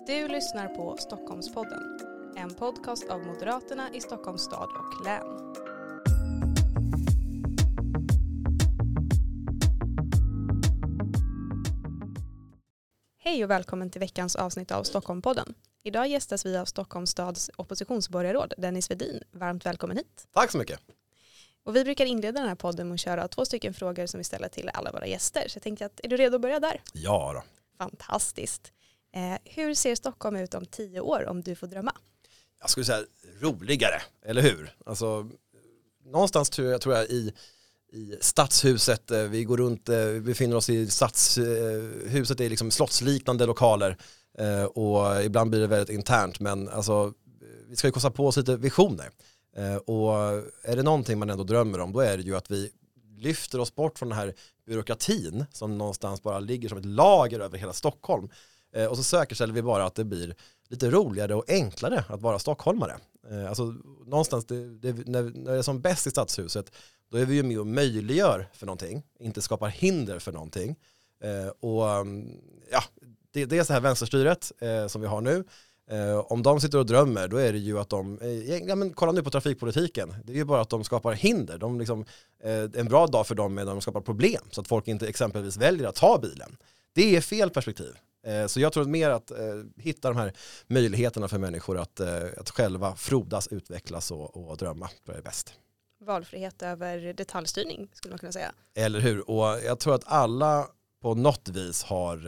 Du lyssnar på Stockholmspodden, en podcast av Moderaterna i Stockholms stad och län. Hej och välkommen till veckans avsnitt av Stockholmpodden. Idag gästas vi av Stockholms stads oppositionsborgarråd Dennis Wedin. Varmt välkommen hit. Tack så mycket. Och vi brukar inleda den här podden med att köra 2 frågor som vi ställer till alla våra gäster. Så jag tänkte att, är du redo att börja där? Ja då. Fantastiskt. Hur ser Stockholm ut om 10 år om du får drömma? Jag skulle säga roligare, eller hur? Alltså, någonstans tror jag i stadshuset, vi går runt, vi befinner oss i stadshuset, det är liksom slottsliknande lokaler och ibland blir det väldigt internt, men alltså, vi ska ju kosta på oss lite visioner. Och är det någonting man ändå drömmer om, då är det ju att vi lyfter oss bort från den här byråkratin som någonstans bara ligger som ett lager över hela Stockholm. Och så säkerställer vi bara att det blir lite roligare och enklare att vara stockholmare. Alltså någonstans, när det är som bäst i stadshuset, då är vi ju med och möjliggör för någonting, inte skapar hinder för någonting. Och ja, det är så här vänsterstyret som vi har nu. Om de sitter och drömmer, då är det ju att men kolla nu på trafikpolitiken. Det är ju bara att de skapar hinder. En bra dag för dem är när de skapar problem, så att folk inte exempelvis väljer att ta bilen. Det är fel perspektiv. Så jag tror mer att hitta de här möjligheterna för människor att själva frodas, utvecklas och drömma. Det är bäst. Valfrihet över detaljstyrning skulle man kunna säga. Eller hur? Och jag tror att alla på något vis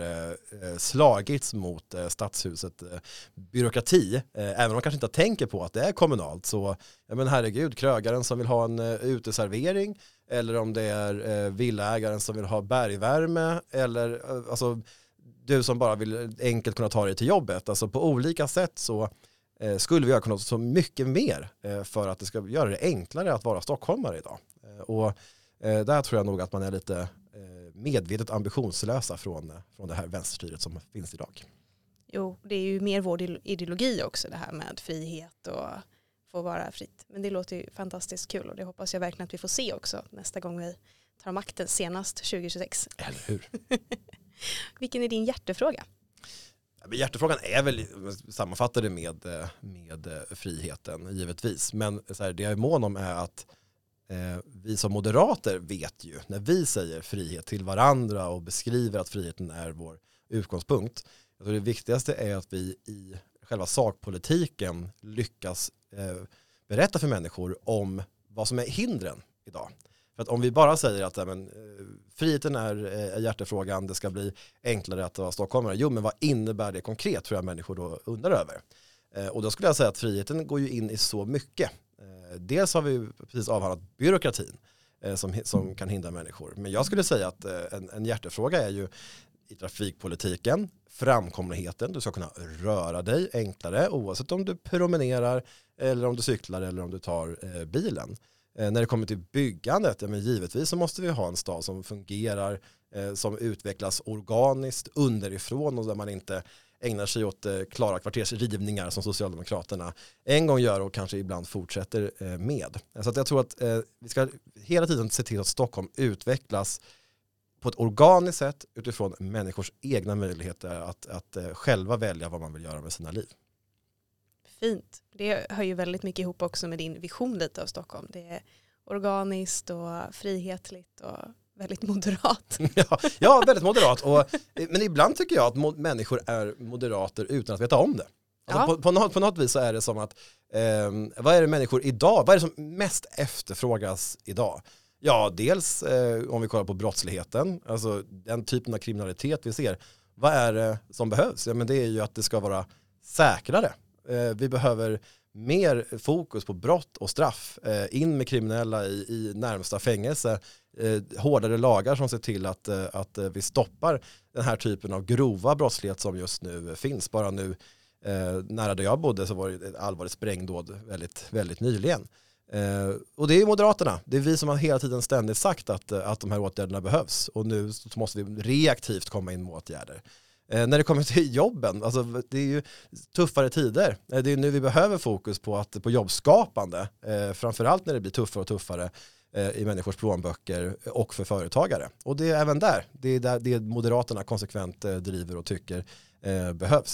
har slagits mot stadshuset byråkrati, även om de kanske inte tänker på att det är kommunalt. Så men herregud, krögaren som vill ha en uteservering, eller om det är villaägaren som vill ha bergvärme, eller alltså du som bara vill enkelt kunna ta dig till jobbet. Alltså på olika sätt så skulle vi kunna så mycket mer för att det ska göra det enklare att vara stockholmare idag. Och där tror jag nog att man är lite medvetet ambitionslösa från det här vänsterstyret som finns idag. Jo, det är ju mer vår ideologi också, det här med frihet och få vara fritt. Men det låter ju fantastiskt kul och det hoppas jag verkligen att vi får se också nästa gång vi tar makten, senast 2026. Eller hur? Vilken är din hjärtefråga? Hjärtefrågan är väl, sammanfattar det med friheten givetvis. Men så här, det jag är mån om är att vi som moderater vet ju, när vi säger frihet till varandra och beskriver att friheten är vår utgångspunkt. Jag tror det viktigaste är att vi i själva sakpolitiken lyckas berätta för människor om vad som är hindren idag. För att om vi bara säger att friheten är hjärtefrågan, det ska bli enklare att vara stockholmare. Jo, men vad innebär det konkret, tror jag människor då undrar över. Och då skulle jag säga att friheten går ju in i så mycket. Dels har vi precis avhandlat byråkratin som kan hindra människor. Men jag skulle säga att en hjärtefråga är ju i trafikpolitiken, framkomligheten. Du ska kunna röra dig enklare oavsett om du promenerar eller om du cyklar eller om du tar bilen. När det kommer till byggandet, men givetvis så måste vi ha en stad som fungerar, som utvecklas organiskt underifrån och där man inte ägnar sig åt klara kvartersrivningar som Socialdemokraterna en gång gör och kanske ibland fortsätter med. Så att jag tror att vi ska hela tiden se till att Stockholm utvecklas på ett organiskt sätt utifrån människors egna möjligheter att själva välja vad man vill göra med sina liv. Fint. Det hör ju väldigt mycket ihop också med din vision lite av Stockholm. Det är organiskt och frihetligt och väldigt moderat. Ja, väldigt moderat. Men ibland tycker jag att människor är moderater utan att veta om det. Alltså ja. På något vis så är det som att vad är det människor idag, vad är det som mest efterfrågas idag? Ja, dels om vi kollar på brottsligheten, alltså den typen av kriminalitet vi ser. Vad är det som behövs? Ja, men det är ju att det ska vara säkrare. Vi behöver mer fokus på brott och straff. In med kriminella i närmsta fängelse. Hårdare lagar som ser till att vi stoppar den här typen av grova brottslighet som just nu finns. Bara nu nära där jag bodde så var det ett allvarligt sprängdåd väldigt, väldigt nyligen. Och det är Moderaterna. Det är vi som har hela tiden ständigt sagt att de här åtgärderna behövs. Och nu så måste vi reaktivt komma in med åtgärder. När det kommer till jobben, alltså det är ju tuffare tider. Det är nu vi behöver fokus på jobbskapande. Framförallt när det blir tuffare och tuffare i människors plånböcker och för företagare. Och det är även där. Det är Moderaterna konsekvent driver och tycker behövs.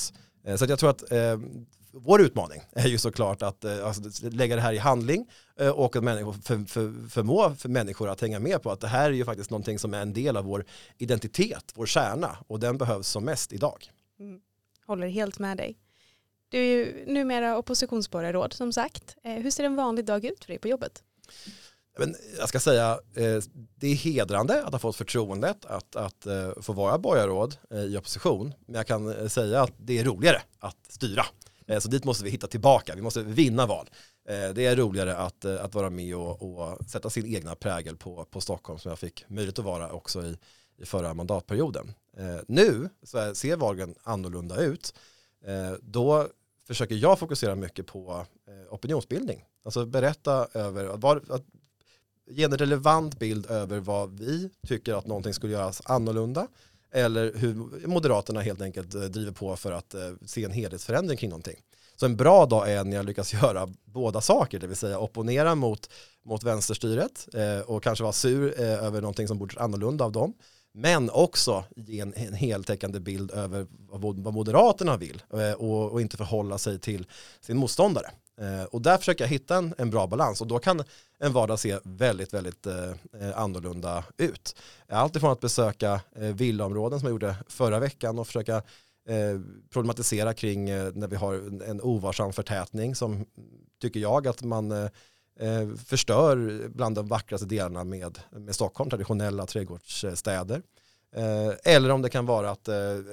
Så att jag tror att vår utmaning är ju såklart att lägga det här i handling och att förmå människor att hänga med på att det här är ju faktiskt någonting som är en del av vår identitet, vår kärna, och den behövs som mest idag. Håller helt med dig. Du är ju numera oppositionsborgarråd som sagt. Hur ser en vanlig dag ut för dig på jobbet? Men jag ska säga, det är hedrande att ha fått förtroendet att få vara borgarråd i opposition. Men jag kan säga att det är roligare att styra. Så dit måste vi hitta tillbaka. Vi måste vinna val. Det är roligare att vara med och sätta sin egna prägel på Stockholm, som jag fick möjlighet att vara också i förra mandatperioden. Nu så ser valen annorlunda ut. Då försöker jag fokusera mycket på opinionsbildning. Alltså berätta över att ge en relevant bild över vad vi tycker att någonting skulle göras annorlunda, eller hur Moderaterna helt enkelt driver på för att se en helhetsförändring kring någonting. Så en bra dag är när jag lyckas göra båda saker, det vill säga opponera mot vänsterstyret och kanske vara sur över någonting som borde annorlunda av dem, men också ge en heltäckande bild över vad Moderaterna vill och inte förhålla sig till sin motståndare. Och där försöker jag hitta en bra balans, och då kan en vardag se väldigt, väldigt annorlunda ut. Alltifrån att besöka villaområden som jag gjorde förra veckan och försöka problematisera kring när vi har en ovarsam förtätning som tycker jag att man förstör bland de vackraste delarna med Stockholm, traditionella trädgårdsstäder. Eller om det kan vara att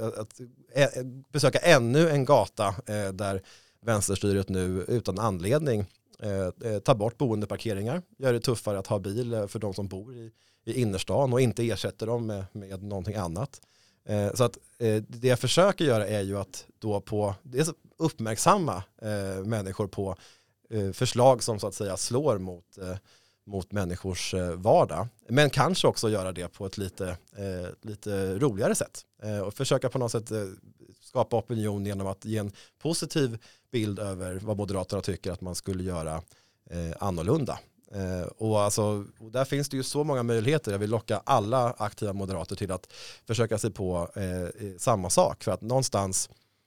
besöka ännu en gata där vänsterstyret nu utan anledning tar bort boendeparkeringar, gör det tuffare att ha bil för de som bor i innerstan och inte ersätter dem med någonting annat. Så att det jag försöker göra är ju att då uppmärksamma människor på förslag som så att säga slår mot människors vardag. Men kanske också göra det på ett lite roligare sätt. Och försöka på något sätt skapa opinion genom att ge en positiv bild över vad Moderaterna tycker att man skulle göra annorlunda. Och där finns det ju så många möjligheter. Jag vill locka alla aktiva moderater till att försöka sig på samma sak. För att någonstans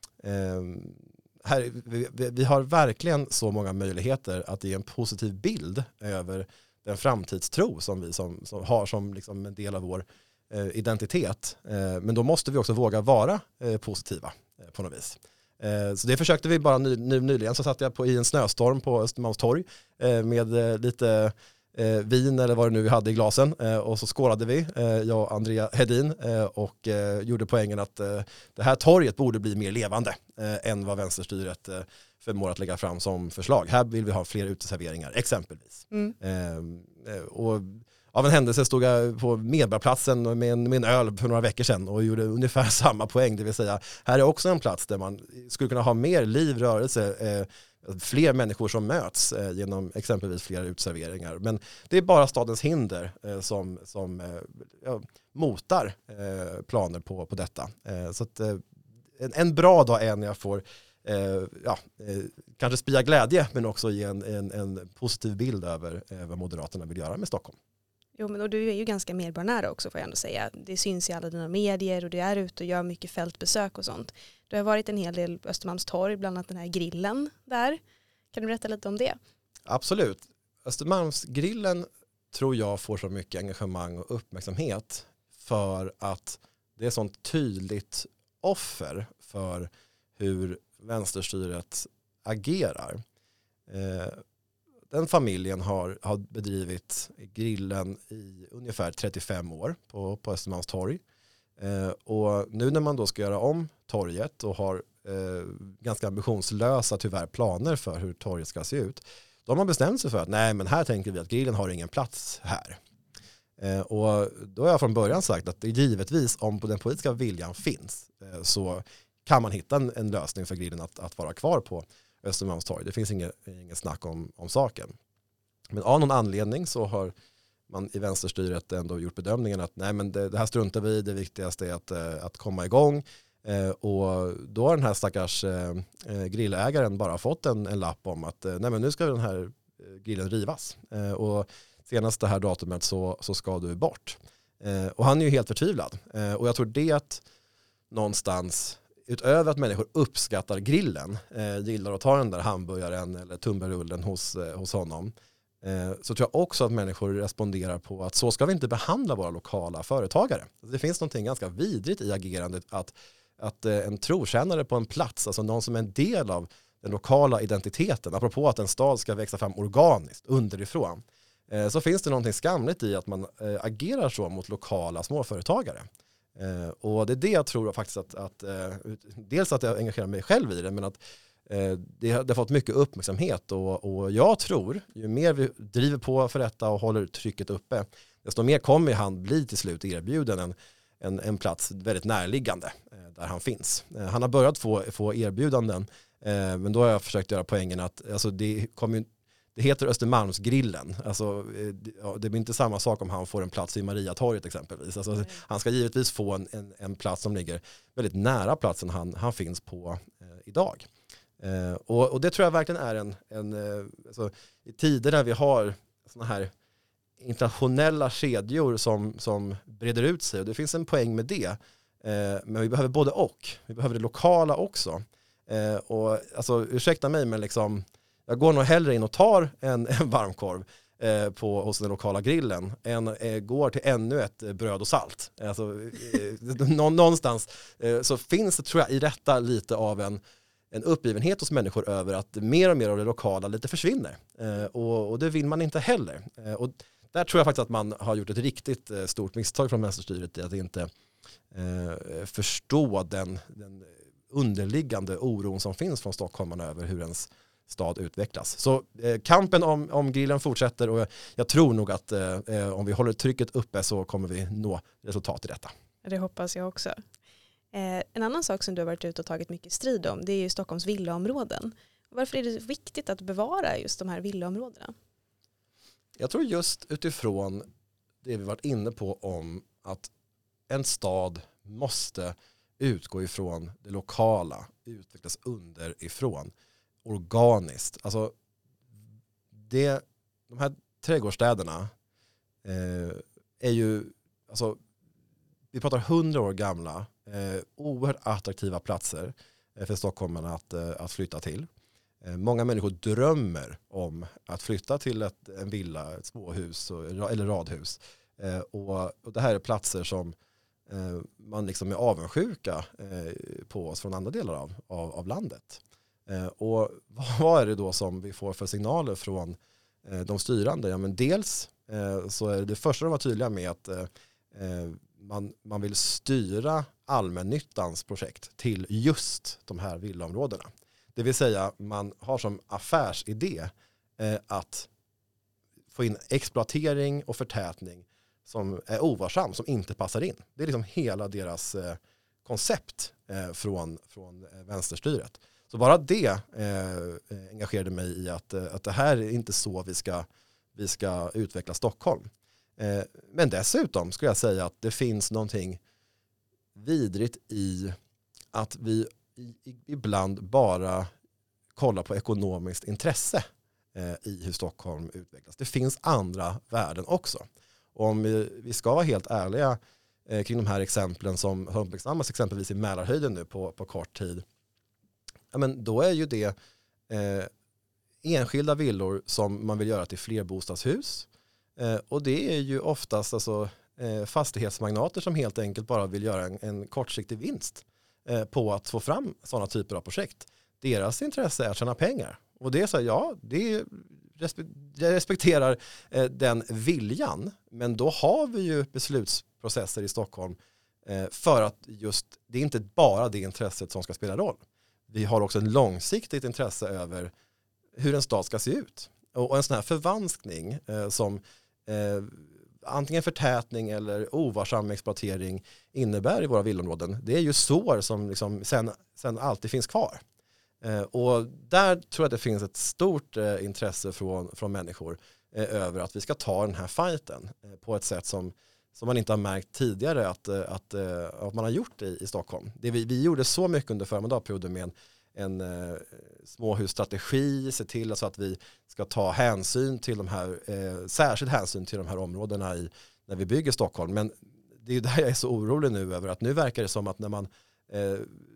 vi har verkligen så många möjligheter att ge en positiv bild över den framtidstro som vi som har som liksom en del av vår identitet. Men då måste vi också våga vara positiva på något vis. Så det försökte vi bara nyligen. Så satt jag i en snöstorm på Östermalmstorg med lite vin eller vad det nu vi hade i glasen, och så skålade vi, jag och Andrea Hedin, och gjorde poängen att det här torget borde bli mer levande än vad vänsterstyret förmår att lägga fram som förslag. Här vill vi ha fler uteserveringar exempelvis. Och av en händelse stod jag på Medborgarplatsen med en öl för några veckor sedan och gjorde ungefär samma poäng, det vill säga här är också en plats där man skulle kunna ha mer liv, rörelse, fler människor som möts genom exempelvis fler utserveringar. Men det är bara stadens hinder som motar planer på detta. Så att en bra dag är när jag får kanske spira glädje, men också ge en positiv bild över vad Moderaterna vill göra med Stockholm. Jo, men och du är ju ganska medborgarnära också, får jag ändå säga. Det syns i alla dina medier och du är ute och gör mycket fältbesök och sånt. Du har varit en hel del på Östermalmstorg, bland annat den här grillen där. Kan du berätta lite om det? Absolut. Östermalmsgrillen tror jag får så mycket engagemang och uppmärksamhet för att det är sånt tydligt offer för hur vänsterstyret agerar. Den familjen har bedrivit grillen i ungefär 35 år på Östermalmstorg. Och nu när man då ska göra om torget och har ganska ambitionslösa tyvärr planer för hur torget ska se ut, då har man bestämt sig för att nej, men här tänker vi att grillen har ingen plats här. Och då har jag från början sagt att det givetvis, om den politiska viljan finns, så kan man hitta en lösning för grillen att vara kvar på Östermalmstorg. Det finns inget snack om saken. Men av någon anledning så har man i vänsterstyret ändå gjort bedömningen att nej, men det här struntar vi i, det viktigaste är att komma igång. Och då har den här stackars grillägaren bara fått en lapp om att nej, men nu ska den här grillen rivas. Och senast det här datumet så ska du bort. Och han är ju helt förtvivlad. Och jag tror det att någonstans utöver att människor uppskattar grillen, gillar att ta den där hamburgaren eller tunnbrödsrullen hos honom, så tror jag också att människor responderar på att så ska vi inte behandla våra lokala företagare. Det finns någonting ganska vidrigt i agerandet att en trotjänare på en plats, alltså någon som är en del av den lokala identiteten, apropå att en stad ska växa fram organiskt underifrån, så finns det någonting skamligt i att man agerar så mot lokala småföretagare. Och det är det jag tror faktiskt att dels att jag engagerar mig själv i det, men att det har fått mycket uppmärksamhet och jag tror ju mer vi driver på för detta och håller trycket uppe, desto mer kommer han bli till slut erbjuden en plats väldigt närliggande där han finns. Han har börjat få erbjudanden, men då har jag försökt göra poängen att alltså det heter Östermalmsgrillen. Alltså, det blir inte samma sak om han får en plats i Mariatorget exempelvis. Alltså, han ska givetvis få en plats som ligger väldigt nära platsen han finns på idag. Och det tror jag verkligen är alltså, i tider när vi har såna här internationella kedjor som breder ut sig, och det finns en poäng med det. Men vi behöver både och. Vi behöver det lokala också. Och alltså, ursäkta mig, men liksom, jag går nog hellre in och tar en varmkorv hos den lokala grillen än går till ännu ett bröd och salt. Alltså, någonstans så finns det, tror jag, i detta lite av en uppgivenhet hos människor över att mer och mer av det lokala lite försvinner. Och det vill man inte heller. Och där tror jag faktiskt att man har gjort ett riktigt stort misstag från vänsterstyret i att inte förstå den underliggande oron som finns från stockholmarna över hur ens stad utvecklas. Så kampen om grillen fortsätter, och jag tror nog att om vi håller trycket uppe så kommer vi nå resultat i detta. Det hoppas jag också. En annan sak som du har varit ute och tagit mycket strid om, det är ju Stockholms villaområden. Varför är det viktigt att bevara just de här villaområdena? Jag tror just utifrån det vi varit inne på om att en stad måste utgå ifrån det lokala, utvecklas underifrån, organiskt. Alltså de här trädgårdsstäderna är ju, alltså vi pratar 100 år gamla, oerhört attraktiva platser för stockholmarna att flytta till. Många människor drömmer om att flytta till en villa, ett småhus eller radhus. Och det här är platser som man liksom är avundsjuka på oss från andra delar av landet. Och vad är det då som vi får för signaler från de styrande? Ja, men dels så är det första de var tydliga med att man vill styra allmännyttans projekt till just de här villaområdena. Det vill säga man har som affärsidé att få in exploatering och förtätning som är ovarsam, som inte passar in. Det är liksom hela deras koncept från vänsterstyret. Så bara det engagerade mig i att det här är inte så vi ska utveckla Stockholm. Men dessutom skulle jag säga att det finns någonting vidrigt i att vi ibland bara kollar på ekonomiskt intresse i hur Stockholm utvecklas. Det finns andra värden också. Och om vi ska vara helt ärliga kring de här exemplen som har uppmärksammats exempelvis i Mälarhöjden nu på kort tid, ja, men då är ju det enskilda villor som man vill göra till flerbostadshus. Och det är ju oftast alltså, fastighetsmagnater som helt enkelt bara vill göra en kortsiktig vinst på att få fram sådana typer av projekt. Deras intresse är att tjäna pengar. Och det är så här, ja, jag respekterar den viljan, men då har vi ju beslutsprocesser i Stockholm för att just, det är inte bara det intresset som ska spela roll. Vi har också ett långsiktigt intresse över hur en stad ska se ut. Och en sån här förvanskning som antingen förtätning eller ovarsam exploatering innebär i våra villområden, det är ju sår som liksom sen alltid finns kvar. Och där tror jag att det finns ett stort intresse från människor över att vi ska ta den här fighten på ett sätt som man inte har märkt tidigare att man har gjort i Stockholm. Vi gjorde så mycket under förra mandatperioden med en småhusstrategi, se till alltså att vi ska ta hänsyn till de här, särskild hänsyn till de här områdena när vi bygger Stockholm. Men det är där jag är så orolig nu över att nu verkar det som att när man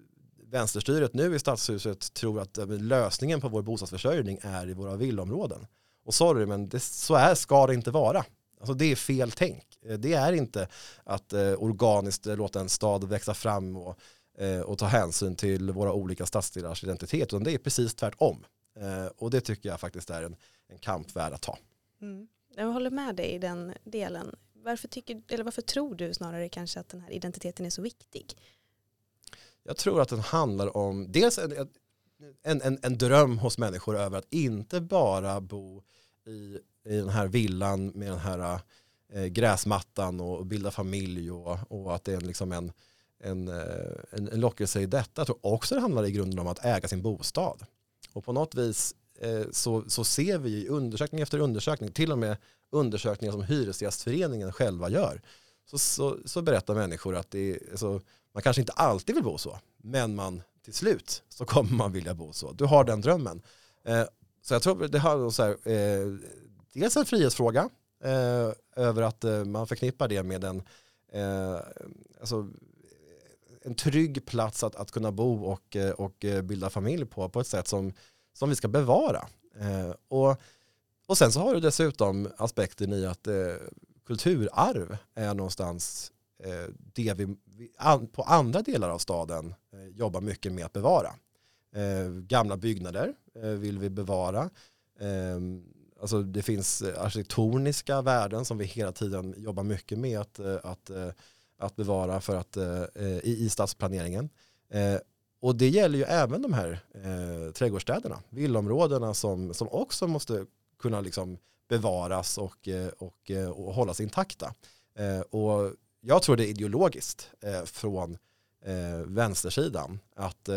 vänsterstyret nu i Stadshuset tror att lösningen på vår bostadsförsörjning är i våra villaområden. Och sorry, men ska det inte vara. Alltså det är fel tänk. Det är inte att organiskt låta en stad växa fram och ta hänsyn till våra olika stadsdelars identitet, utan det är precis tvärtom. Och det tycker jag faktiskt är en kamp värd att ta. Jag håller med dig i den delen. Varför tror du snarare kanske att den här identiteten är så viktig? Jag tror att den handlar om dels en dröm hos människor över att inte bara bo i den här villan med den här gräsmattan och bilda familj och att det är liksom en lockelse i detta. Jag tror också det handlar i grunden om att äga sin bostad. Och på något vis så ser vi i undersökning efter undersökning, till och med undersökningar som Hyresgästföreningen själva gör, så berättar människor att man kanske inte alltid vill bo så, men man till slut så kommer man vilja bo så. Du har den drömmen. Så jag tror det har så här, dels en frihetsfråga över att man förknippar det med en trygg plats att kunna bo och bilda familj på ett sätt som vi ska bevara. Och sen så har du dessutom aspekten i att kulturarv är någonstans det vi på andra delar av staden jobbar mycket med att bevara. Gamla byggnader vill vi bevara. Alltså det finns arkitektoniska värden som vi hela tiden jobbar mycket med att bevara för att, i stadsplaneringen. Och det gäller ju även de här trädgårdsstäderna, villaområdena som också måste kunna liksom bevaras och hållas intakta. Och jag tror det är ideologiskt från vänstersidan att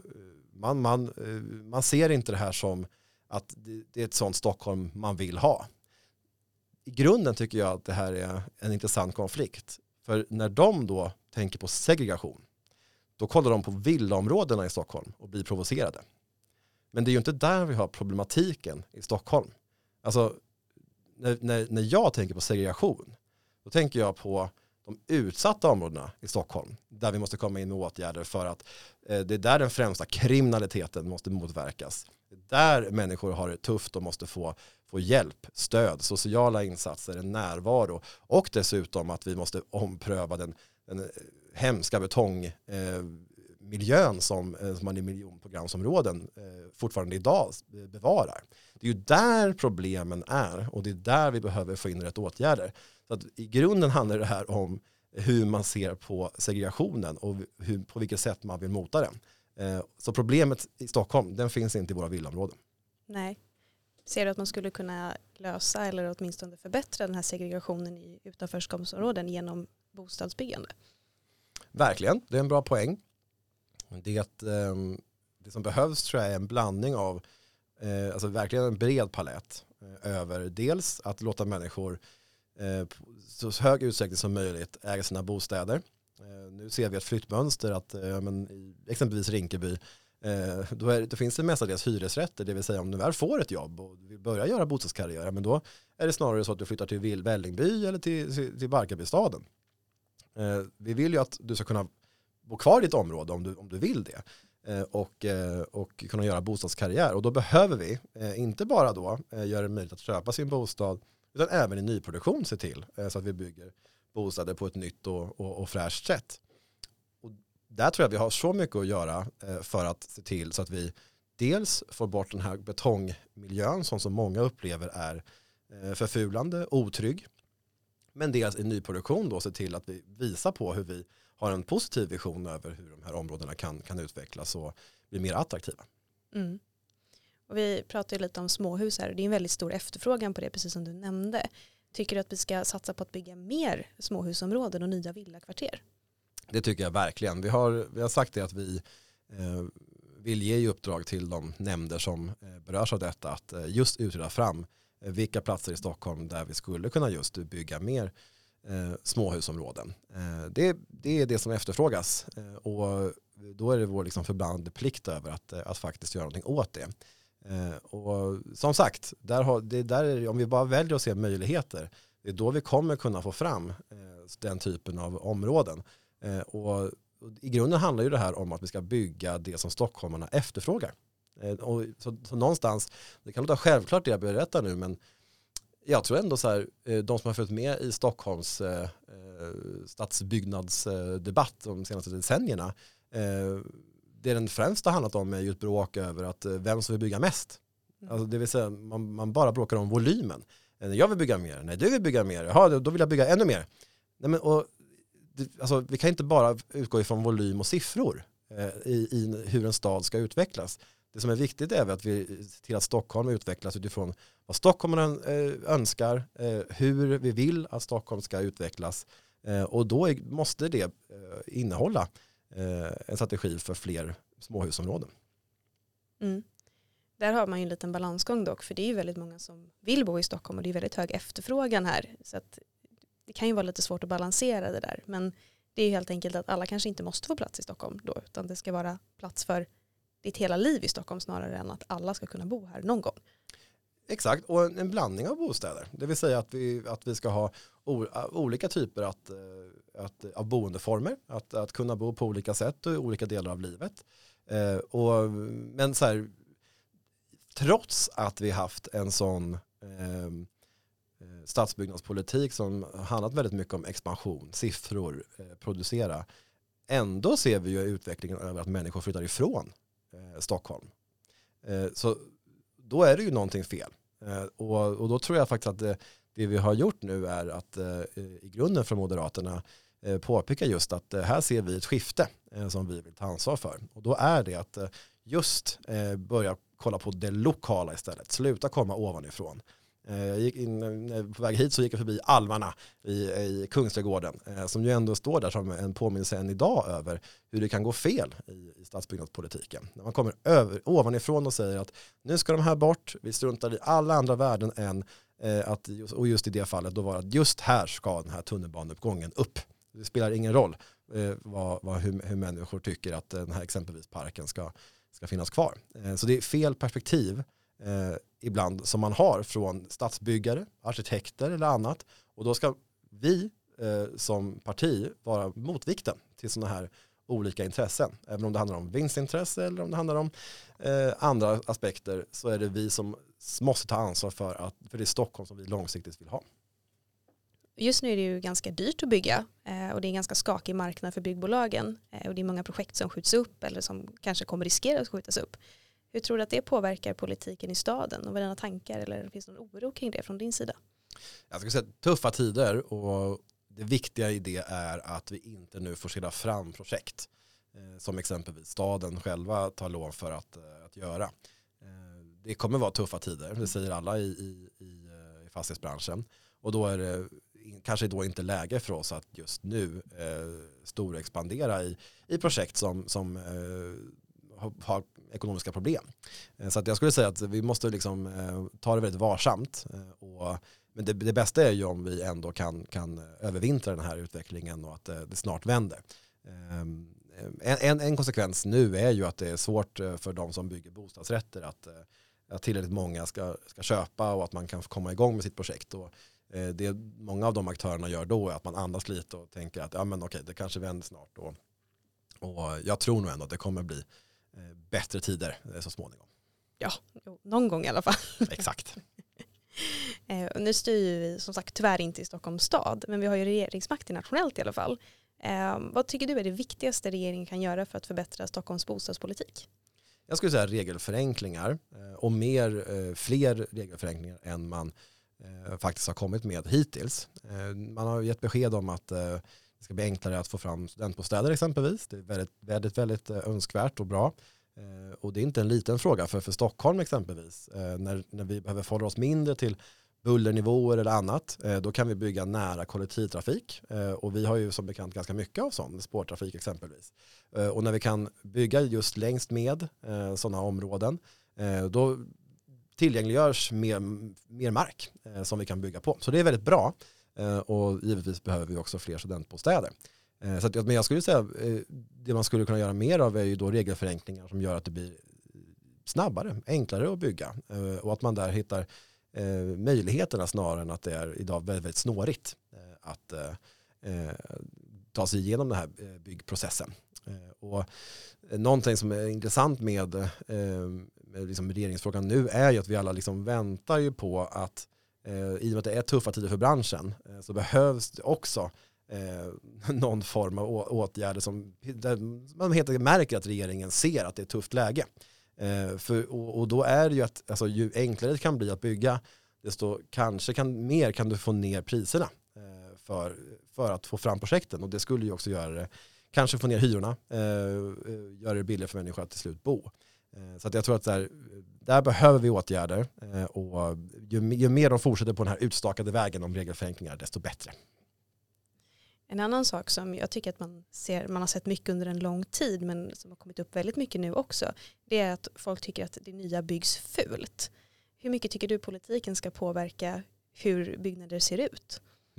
man ser inte det här som att det är ett sånt Stockholm man vill ha. I grunden tycker jag att det här är en intressant konflikt. För när de då tänker på segregation, då kollar de på villaområdena i Stockholm och blir provocerade. Men det är ju inte där vi har problematiken i Stockholm. Alltså, när jag tänker på segregation, då tänker jag på de utsatta områdena i Stockholm, där vi måste komma in med åtgärder för att det är där den främsta kriminaliteten måste motverkas. Det är där människor har det tufft och måste få hjälp, stöd, sociala insatser, en närvaro och dessutom att vi måste ompröva den hemska betongmiljön som man i miljonprogramsområden fortfarande idag bevarar. Det är ju där problemen är och det är där vi behöver få in rätt åtgärder. Så att i grunden handlar det här om hur man ser på segregationen och på vilket sätt man vill mota den. Så problemet i Stockholm, den finns inte i våra villaområden. Nej. Ser du att man skulle kunna lösa eller åtminstone förbättra den här segregationen i utanförskapsområden genom bostadsbyggande? Verkligen, det är en bra poäng. Det som behövs tror jag är en blandning av alltså verkligen en bred palett över dels att låta människor så hög utsträckning som möjligt äga sina bostäder. Nu ser vi ett flyttmönster att exempelvis Rinkeby då finns det mestadels hyresrätter, det vill säga om du väl får ett jobb och vill börja göra bostadskarriär, men då är det snarare så att du flyttar till Vällingby eller till Barkarbystaden. Vi vill ju att du ska kunna bo kvar i ditt område om du vill det och kunna göra bostadskarriär, och då behöver vi inte bara då göra det möjligt att köpa sin bostad utan även i nyproduktion se till så att vi bygger bostäder på ett nytt och fräscht sätt. Och där tror jag vi har så mycket att göra för att se till så att vi dels får bort den här betongmiljön som många upplever är förfulande, otrygg, men dels i nyproduktion då se till att vi visar på hur vi har en positiv vision över hur de här områdena kan utvecklas och bli mer attraktiva. Mm. Och vi pratar ju lite om småhus här och det är en väldigt stor efterfrågan på det, precis som du nämnde. Tycker du att vi ska satsa på att bygga mer småhusområden och nya villakvarter? Det tycker jag verkligen. Vi har sagt det att vi vill ge i uppdrag till de nämnder som berörs av detta att just utreda fram vilka platser i Stockholm där vi skulle kunna just bygga mer småhusområden. Det är det som efterfrågas och då är det vår liksom förbannade plikt över att faktiskt göra någonting åt det. Och som sagt, om vi bara väljer att se möjligheter, det är då vi kommer kunna få fram den typen av områden. Och i grunden handlar ju det här om att vi ska bygga det som stockholmarna efterfrågar. Och så någonstans, det kan låta självklart det jag berättar nu, men jag tror ändå så här, de som har följt med i Stockholms stadsbyggnadsdebatt de senaste decennierna, det den främst har handlat om är ju ett bråk över att vem som vill bygga mest. Alltså det vill säga man bara bråkar om volymen. Jag vill bygga mer, nej du vill bygga mer, jaha då vill jag bygga ännu mer. Nej, men, alltså, vi kan inte bara utgå ifrån volym och siffror i hur en stad ska utvecklas. Det som är viktigt är att vi ser till att Stockholm utvecklas utifrån vad stockholmarna önskar, hur vi vill att Stockholm ska utvecklas. Och då måste det innehålla en strategi för fler småhusområden. Mm. Där har man ju en liten balansgång dock, för det är ju väldigt många som vill bo i Stockholm och det är väldigt hög efterfrågan här. Så att det kan ju vara lite svårt att balansera det där. Men det är ju helt enkelt att alla kanske inte måste få plats i Stockholm då, utan det ska vara plats för ditt hela liv i Stockholm snarare än att alla ska kunna bo här någon gång. Exakt, och en blandning av bostäder. Det vill säga att vi ska ha olika typer av boendeformer. Att kunna bo på olika sätt och i olika delar av livet. Men så här, trots att vi haft en sån stadsbyggnadspolitik som handlat väldigt mycket om expansion, siffror, producera. Ändå ser vi ju utvecklingen över att människor flyttar ifrån Stockholm. Så då är det ju någonting fel. Och då tror jag faktiskt att det vi har gjort nu är att i grunden från Moderaterna påpeka just att här ser vi ett skifte som vi vill ta ansvar för. Och då är det att just börja kolla på det lokala istället. Sluta komma ovanifrån. Jag gick på väg hit så gick jag förbi alvarna i Kungsträdgården som ju ändå står där som en påminnelse än idag över hur det kan gå fel i stadsbyggnadspolitiken. När man kommer ovanifrån och säger att nu ska de här bort, vi struntar i alla andra värden än att, och just i det fallet då var att just här ska den här tunnelbaneuppgången upp. Det spelar ingen roll hur människor tycker att den här exempelvis parken ska finnas kvar. Så det är fel perspektiv ibland som man har från stadsbyggare, arkitekter eller annat. Och då ska vi som parti vara motvikten till sådana här olika intressen. Även om det handlar om vinstintresse eller om det handlar om andra aspekter så är det vi som måste ta ansvar för det är Stockholm som vi långsiktigt vill ha. Just nu är det ju ganska dyrt att bygga och det är en ganska skakig marknad för byggbolagen och det är många projekt som skjuts upp eller som kanske kommer riskera att skjutas upp. Hur tror du att det påverkar politiken i staden och vad dina tankar eller finns det någon oro kring det från din sida? Jag ska säga tuffa tider och det viktiga i det är att vi inte nu forcerar fram projekt som exempelvis staden själva tar lån för att göra. Det kommer vara tuffa tider, det säger alla i fastighetsbranschen och då är det kanske då inte läge för oss att just nu storexpandera i projekt som har ekonomiska problem. Så att jag skulle säga att vi måste liksom ta det väldigt varsamt. Men det bästa är ju om vi ändå kan övervintra den här utvecklingen och att det snart vänder. En konsekvens nu är ju att det är svårt för de som bygger bostadsrätter att tillräckligt många ska köpa och att man kan komma igång med sitt projekt. Och det många av de aktörerna gör då är att man andas lite och tänker att ja, men okej, det kanske vänder snart. Och jag tror nog ändå att det kommer bli bättre tider så småningom. Ja, någon gång i alla fall. Exakt. Nu styr vi som sagt tyvärr inte i Stockholms stad, men vi har ju regeringsmakt nationellt i alla fall. Vad tycker du är det viktigaste regeringen kan göra för att förbättra Stockholms bostadspolitik? Jag skulle säga regelförenklingar och fler regelförenklingar än man faktiskt har kommit med hittills. Man har gett besked om att det ska bli enklare att få fram studentbostäder exempelvis. Det är väldigt, väldigt, väldigt önskvärt och bra. Och det är inte en liten fråga för Stockholm exempelvis. När vi behöver förhålla oss mindre till bullernivåer eller annat, då kan vi bygga nära kollektivtrafik. Och vi har ju som bekant ganska mycket av sån, spårtrafik exempelvis. Och när vi kan bygga just längst med sådana områden, då tillgängliggörs mer mark som vi kan bygga på. Så det är väldigt bra. Och givetvis behöver vi också fler studentbostäder. Men jag skulle säga det man skulle kunna göra mer av är ju då regelförenklingar som gör att det blir snabbare, enklare att bygga. Och att man där hittar möjligheterna snarare än att det är idag väldigt, väldigt snårigt att ta sig igenom den här byggprocessen. Och någonting som är intressant med liksom regeringsfrågan nu är ju att vi alla liksom väntar ju på att i och med att det är tuffa tider för branschen så behövs det också någon form av åtgärder där man helt enkelt märker att regeringen ser att det är ett tufft läge. Och då är det ju att alltså, ju enklare det kan bli att bygga, desto kanske kan du få ner priserna för att få fram projekten. Och det skulle ju också göra det, kanske få ner hyrorna, göra det billigare för människor att till slut bo. Så att jag tror att där behöver vi åtgärder, och ju mer de fortsätter på den här utstakade vägen om regelförenklingar, desto bättre. En annan sak som jag tycker att man har sett mycket under en lång tid, men som har kommit upp väldigt mycket nu också, det är att folk tycker att det nya byggs fult. Hur mycket tycker du politiken ska påverka hur byggnader ser ut?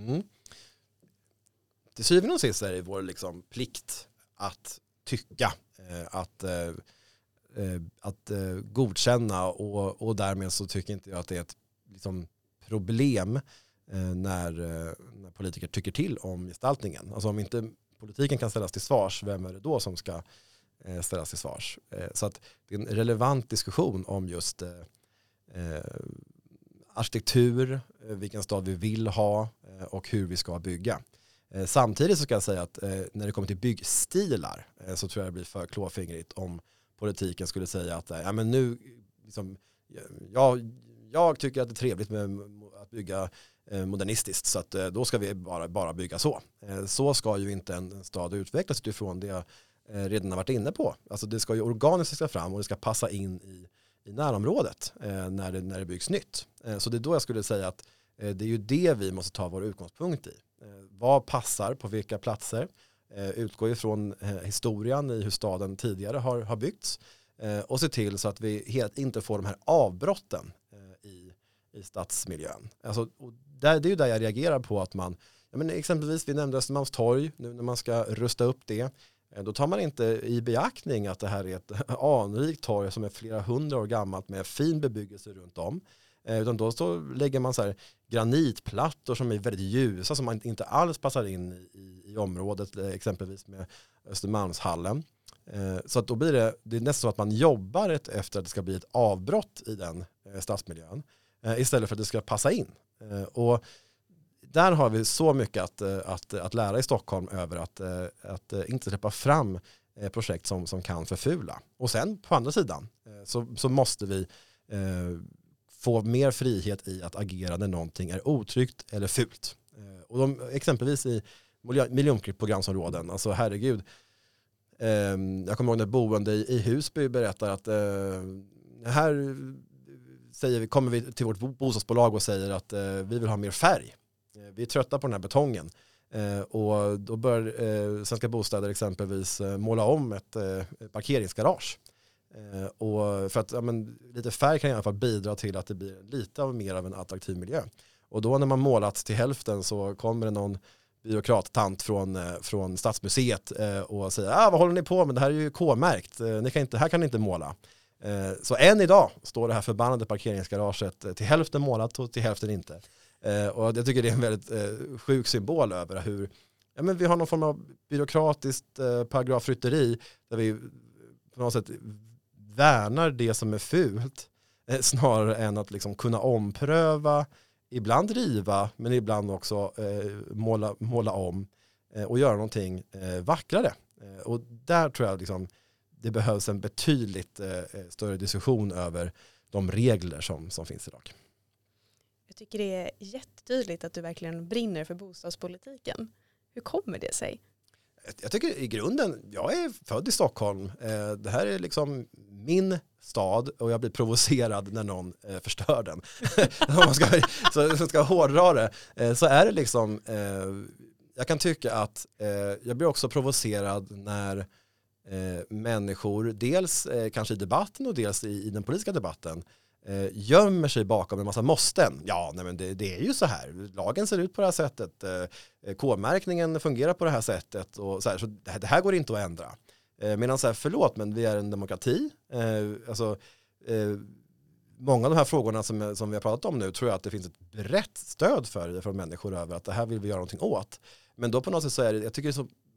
Till syvende och sist är det vår liksom plikt att tycka, att godkänna, och därmed så tycker inte jag att det är ett liksom problem när politiker tycker till om gestaltningen. Alltså om inte politiken kan ställas till svars, vem är det då som ska ställas till svars? Så att det är en relevant diskussion om just arkitektur, vilken stad vi vill ha och hur vi ska bygga. Samtidigt så ska jag säga att när det kommer till byggstilar så tror jag det blir för klåfingrigt om politiken skulle säga att ja, men nu liksom, jag tycker att det är trevligt med att bygga modernistiskt, så att då ska vi bara bygga så. Så ska ju inte en stad utvecklas utifrån det jag redan har varit inne på. Alltså det ska ju organiskt ska fram och det ska passa in i närområdet när det byggs nytt. Så det är då jag skulle säga att det är ju det vi måste ta vår utgångspunkt i. Vad passar på vilka platser? Utgår ifrån historien i hur staden tidigare har byggts, och se till så att vi inte får de här avbrotten i stadsmiljön. Alltså, det är ju där jag reagerar på att man, exempelvis vi nämnde Östermalmstorg, nu när man ska rusta upp det, då tar man inte i beaktning att det här är ett anrikt torg som är flera hundra år gammalt med fin bebyggelse runt om. Utan då lägger man så här granitplattor som är väldigt ljusa, som man inte alls passar in i området, exempelvis med Östermalmshallen. Så att då blir det är nästan så att man jobbar efter att det ska bli ett avbrott i den stadsmiljön, istället för att det ska passa in. Och där har vi så mycket att lära i Stockholm över att inte släppa fram projekt som kan förfula. Och sen på andra sidan så måste vi få mer frihet i att agera när någonting är otryggt eller fult. Och exempelvis i miljonprogramsområden, alltså herregud, jag kommer ihåg när boende i Husby berättar att här kommer vi till vårt bostadsbolag och säger att vi vill ha mer färg. Vi är trötta på den här betongen. Och då bör Svenska Bostäder exempelvis måla om ett parkeringsgarage. Och för att lite färg kan i alla fall bidra till att det blir lite mer av en attraktiv miljö. Och då när man målat till hälften så kommer det någon byråkrattant från Stadsmuseet och säger vad håller ni på med? Det här är ju K-märkt. Här kan ni inte måla. Så än idag står det här förbannade parkeringsgaraget till hälften målat och till hälften inte. Och jag tycker det är en väldigt sjuk symbol över hur vi har någon form av byråkratiskt paragrafrytteri där vi på något sätt värnar det som är fult snarare än att liksom kunna ompröva, ibland riva men ibland också måla om och göra någonting vackrare. Och där tror jag liksom det behövs en betydligt större diskussion över de regler som finns idag. Jag tycker det är jättetydligt att du verkligen brinner för bostadspolitiken. Hur kommer det sig? Jag tycker i grunden, jag är född i Stockholm. Det här är liksom min stad och jag blir provocerad när någon förstör den. Om man ska hårdra det så är det liksom, jag kan tycka att jag blir också provocerad när människor, dels kanske i debatten och dels i den politiska debatten, gömmer sig bakom en massa måsten. Ja, nej men det är ju så här. Lagen ser ut på det här sättet. K-märkningen fungerar på det här sättet. Och så det här går inte att ändra. Medan så här, förlåt, men vi är en demokrati. Många av de här frågorna som vi har pratat om nu tror jag att det finns ett brett stöd för det från människor över att det här vill vi göra någonting åt. Men då på något sätt så är det, jag tycker det är så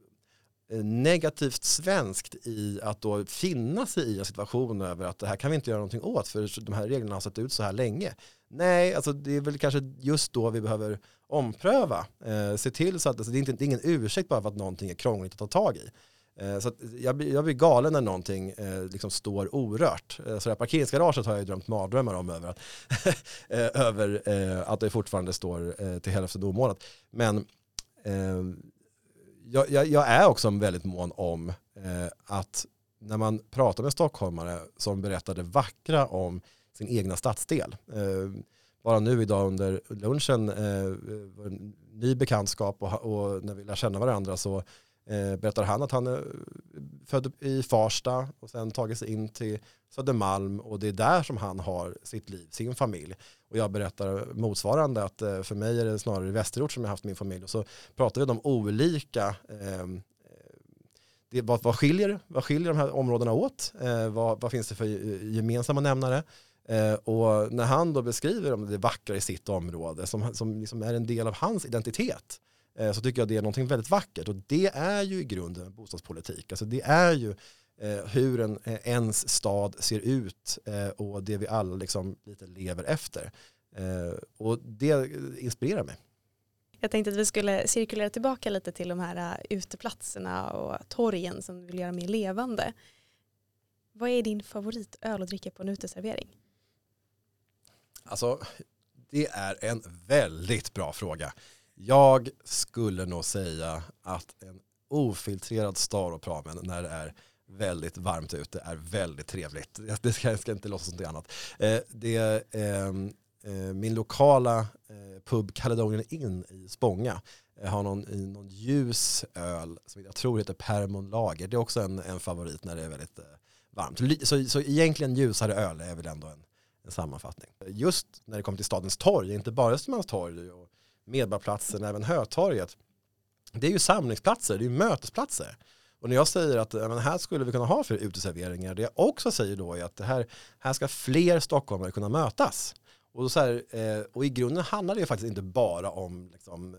negativt svenskt i att då finna sig i en situation över att det här kan vi inte göra någonting åt för de här reglerna har sett ut så här länge. Nej, alltså det är väl kanske just då vi behöver ompröva. Se till så att alltså det är ingen ursäkt bara för att någonting är krångligt att ta tag i. Så att jag blir galen när någonting liksom står orört. Så det här parkeringsgaraget har jag drömt mardrömmar om över att, över att det fortfarande står till hälften omålat. Men jag är också väldigt mån om att när man pratar med stockholmare som berättade vackra om sin egna stadsdel. Bara nu idag under lunchen var en ny bekantskap och när vi lär känna varandra så berättar han att han är född i Farsta och sen tagit sig in till Södermalm och det är där som han har sitt liv, sin familj. Och jag berättar motsvarande att för mig är det snarare i Västerort som jag har haft min familj. Och så pratar vi om olika, vad skiljer de här områdena åt? Vad finns det för gemensamma nämnare? Och när han då beskriver om det vackra i sitt område som liksom är en del av hans identitet så tycker jag det är någonting väldigt vackert. Och det är ju i grunden bostadspolitik. Alltså det är ju hur ens stad ser ut och det vi alla liksom lite lever efter. Och det inspirerar mig. Jag tänkte att vi skulle cirkulera tillbaka lite till de här uteplatserna och torgen som du vill göra mer levande. Vad är din favoritöl att dricka på en uteservering? Alltså, det är en väldigt bra fråga. Jag skulle nog säga att en ofiltrerad Staropramen när det är väldigt varmt ute är väldigt trevligt. Det ska inte låtsas som något annat. Det min lokala pub Caledonian Inn i Spånga har någon ljus öl som jag tror heter Permon Lager. Det är också en favorit när det är väldigt varmt. Så egentligen ljusare öl är väl ändå en sammanfattning. Just när det kommer till stadens torg, inte bara Östermalmstorg och Medborgarplatsen, även Hötorget. Det är ju samlingsplatser, det är ju mötesplatser. Och när jag säger att här skulle vi kunna ha för uteserveringar, det jag också säger då är att här ska fler stockholmare kunna mötas. Och, och i grunden handlar det ju faktiskt inte bara om liksom,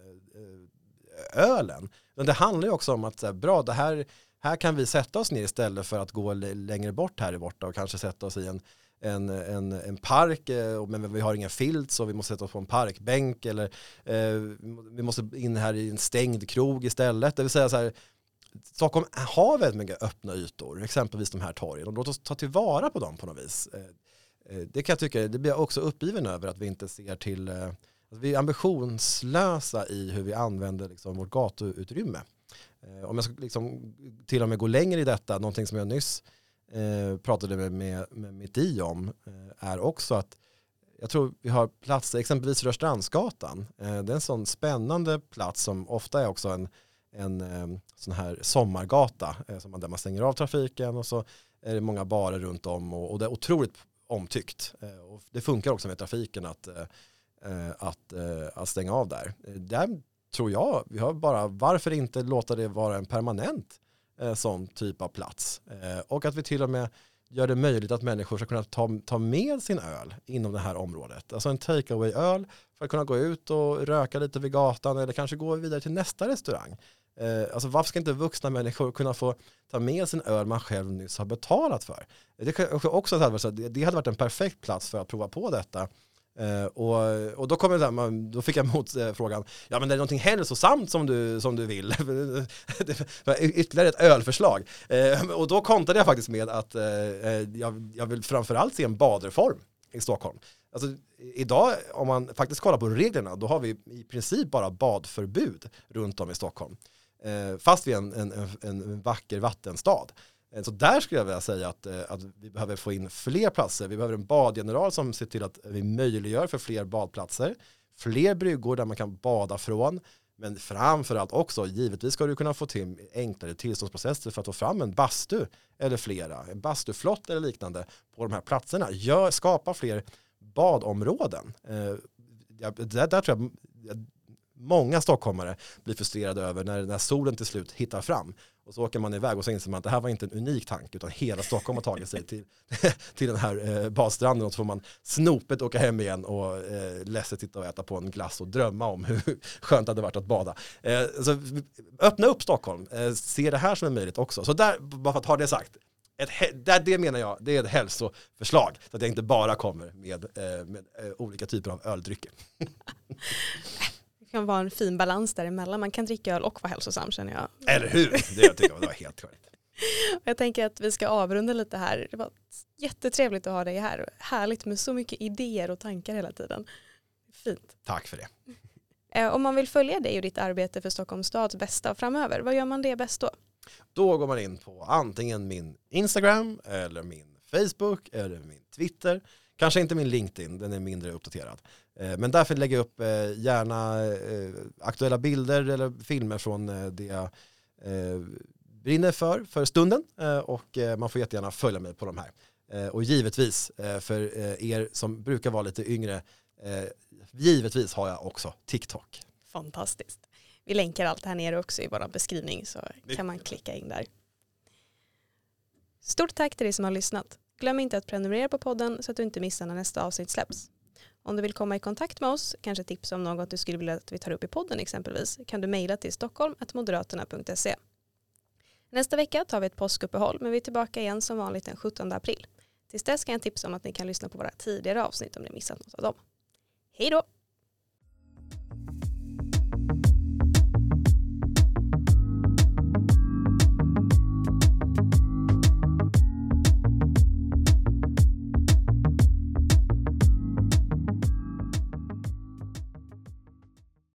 ölen. Men det handlar ju också om att bra, här kan vi sätta oss ner istället för att gå längre bort här borta och kanske sätta oss i en park, men vi har inga filt så vi måste sätta oss på en parkbänk eller vi måste in här i en stängd krog istället. Det vill säga så här, Stockholm har väldigt mycket öppna ytor, exempelvis de här torgen, och låt oss ta tillvara på dem på något vis. Det kan jag tycka, det blir jag också uppgiven över att vi inte ser till, att vi är ambitionslösa i hur vi använder liksom vårt gatuutrymme. Om jag ska liksom till och med gå längre i detta, någonting som jag nyss pratade med mitt i om är också att jag tror vi har platser, exempelvis Rörstrandsgatan. Det är en sån spännande plats som ofta är också en sån här sommargata där man stänger av trafiken och så är det många barer runt om och det är otroligt omtyckt. Och det funkar också med trafiken att stänga av där. Där tror jag, vi har bara, varför inte låta det vara en permanent sån typ av plats. Och att vi till och med gör det möjligt att människor ska kunna ta med sin öl inom det här området. Alltså en takeaway-öl för att kunna gå ut och röka lite vid gatan eller kanske gå vidare till nästa restaurang. Alltså varför ska inte vuxna människor kunna få ta med sin öl man själv nyss har betalat för? Det hade varit en perfekt plats för att prova på detta. Och då kommer det då fick jag mot frågan, ja men det är någonting hälsosamt som du vill. Ytterligare ett ölförslag. Och då kontade jag faktiskt med att jag vill framförallt se en badreform i Stockholm. Alltså idag, om man faktiskt kollar på reglerna, då har vi i princip bara badförbud runt om i Stockholm. Fast vi är en vacker vattenstad. Så där skulle jag vilja säga att vi behöver få in fler platser. Vi behöver en badgeneral som ser till att vi möjliggör för fler badplatser. Fler bryggor där man kan bada från. Men framförallt också, givetvis ska du kunna få till enklare tillståndsprocesser för att få fram en bastu eller flera. En bastuflott eller liknande på de här platserna. Skapa fler badområden. Där tror jag många stockholmare blir frustrerade över när solen till slut hittar fram. Och så åker man iväg och så inser man att det här var inte en unik tanke utan hela Stockholm har tagit sig till den här badstranden och så får man snopet åka hem igen och ledset sitta och äta på en glass och drömma om hur skönt det hade varit att bada. Så öppna upp Stockholm, se det här som är möjligt också. Så där, bara för att ha det sagt, det menar jag, det är ett hälsoförslag så att jag inte bara kommer med olika typer av öldrycker. Det kan vara en fin balans däremellan. Man kan dricka öl och vara hälsosam, känner jag. Eller hur? Det tycker jag var helt korrekt. Jag tänker att vi ska avrunda lite här. Det var jättetrevligt att ha dig här. Härligt med så mycket idéer och tankar hela tiden. Fint. Tack för det. Om man vill följa dig och ditt arbete för Stockholms stads bästa framöver, vad gör man det bäst då? Då går man in på antingen min Instagram eller min Facebook eller min Twitter. Kanske inte min LinkedIn, den är mindre uppdaterad. Men därför lägger jag upp gärna aktuella bilder eller filmer från det jag brinner för stunden. Och man får jättegärna följa mig på de här. Och givetvis, för er som brukar vara lite yngre, givetvis har jag också TikTok. Fantastiskt. Vi länkar allt här nere också i vår beskrivning så kan man klicka in där. Stort tack till dig som har lyssnat. Glöm inte att prenumerera på podden så att du inte missar när nästa avsnitt släpps. Om du vill komma i kontakt med oss, kanske tips om något du skulle vilja att vi tar upp i podden exempelvis, kan du mejla till stockholm@moderaterna.se. Nästa vecka tar vi ett påskuppehåll, men vi är tillbaka igen som vanligt den 17 april. Tills dess kan jag tipsa om att ni kan lyssna på våra tidigare avsnitt om ni missat något av dem. Hej då!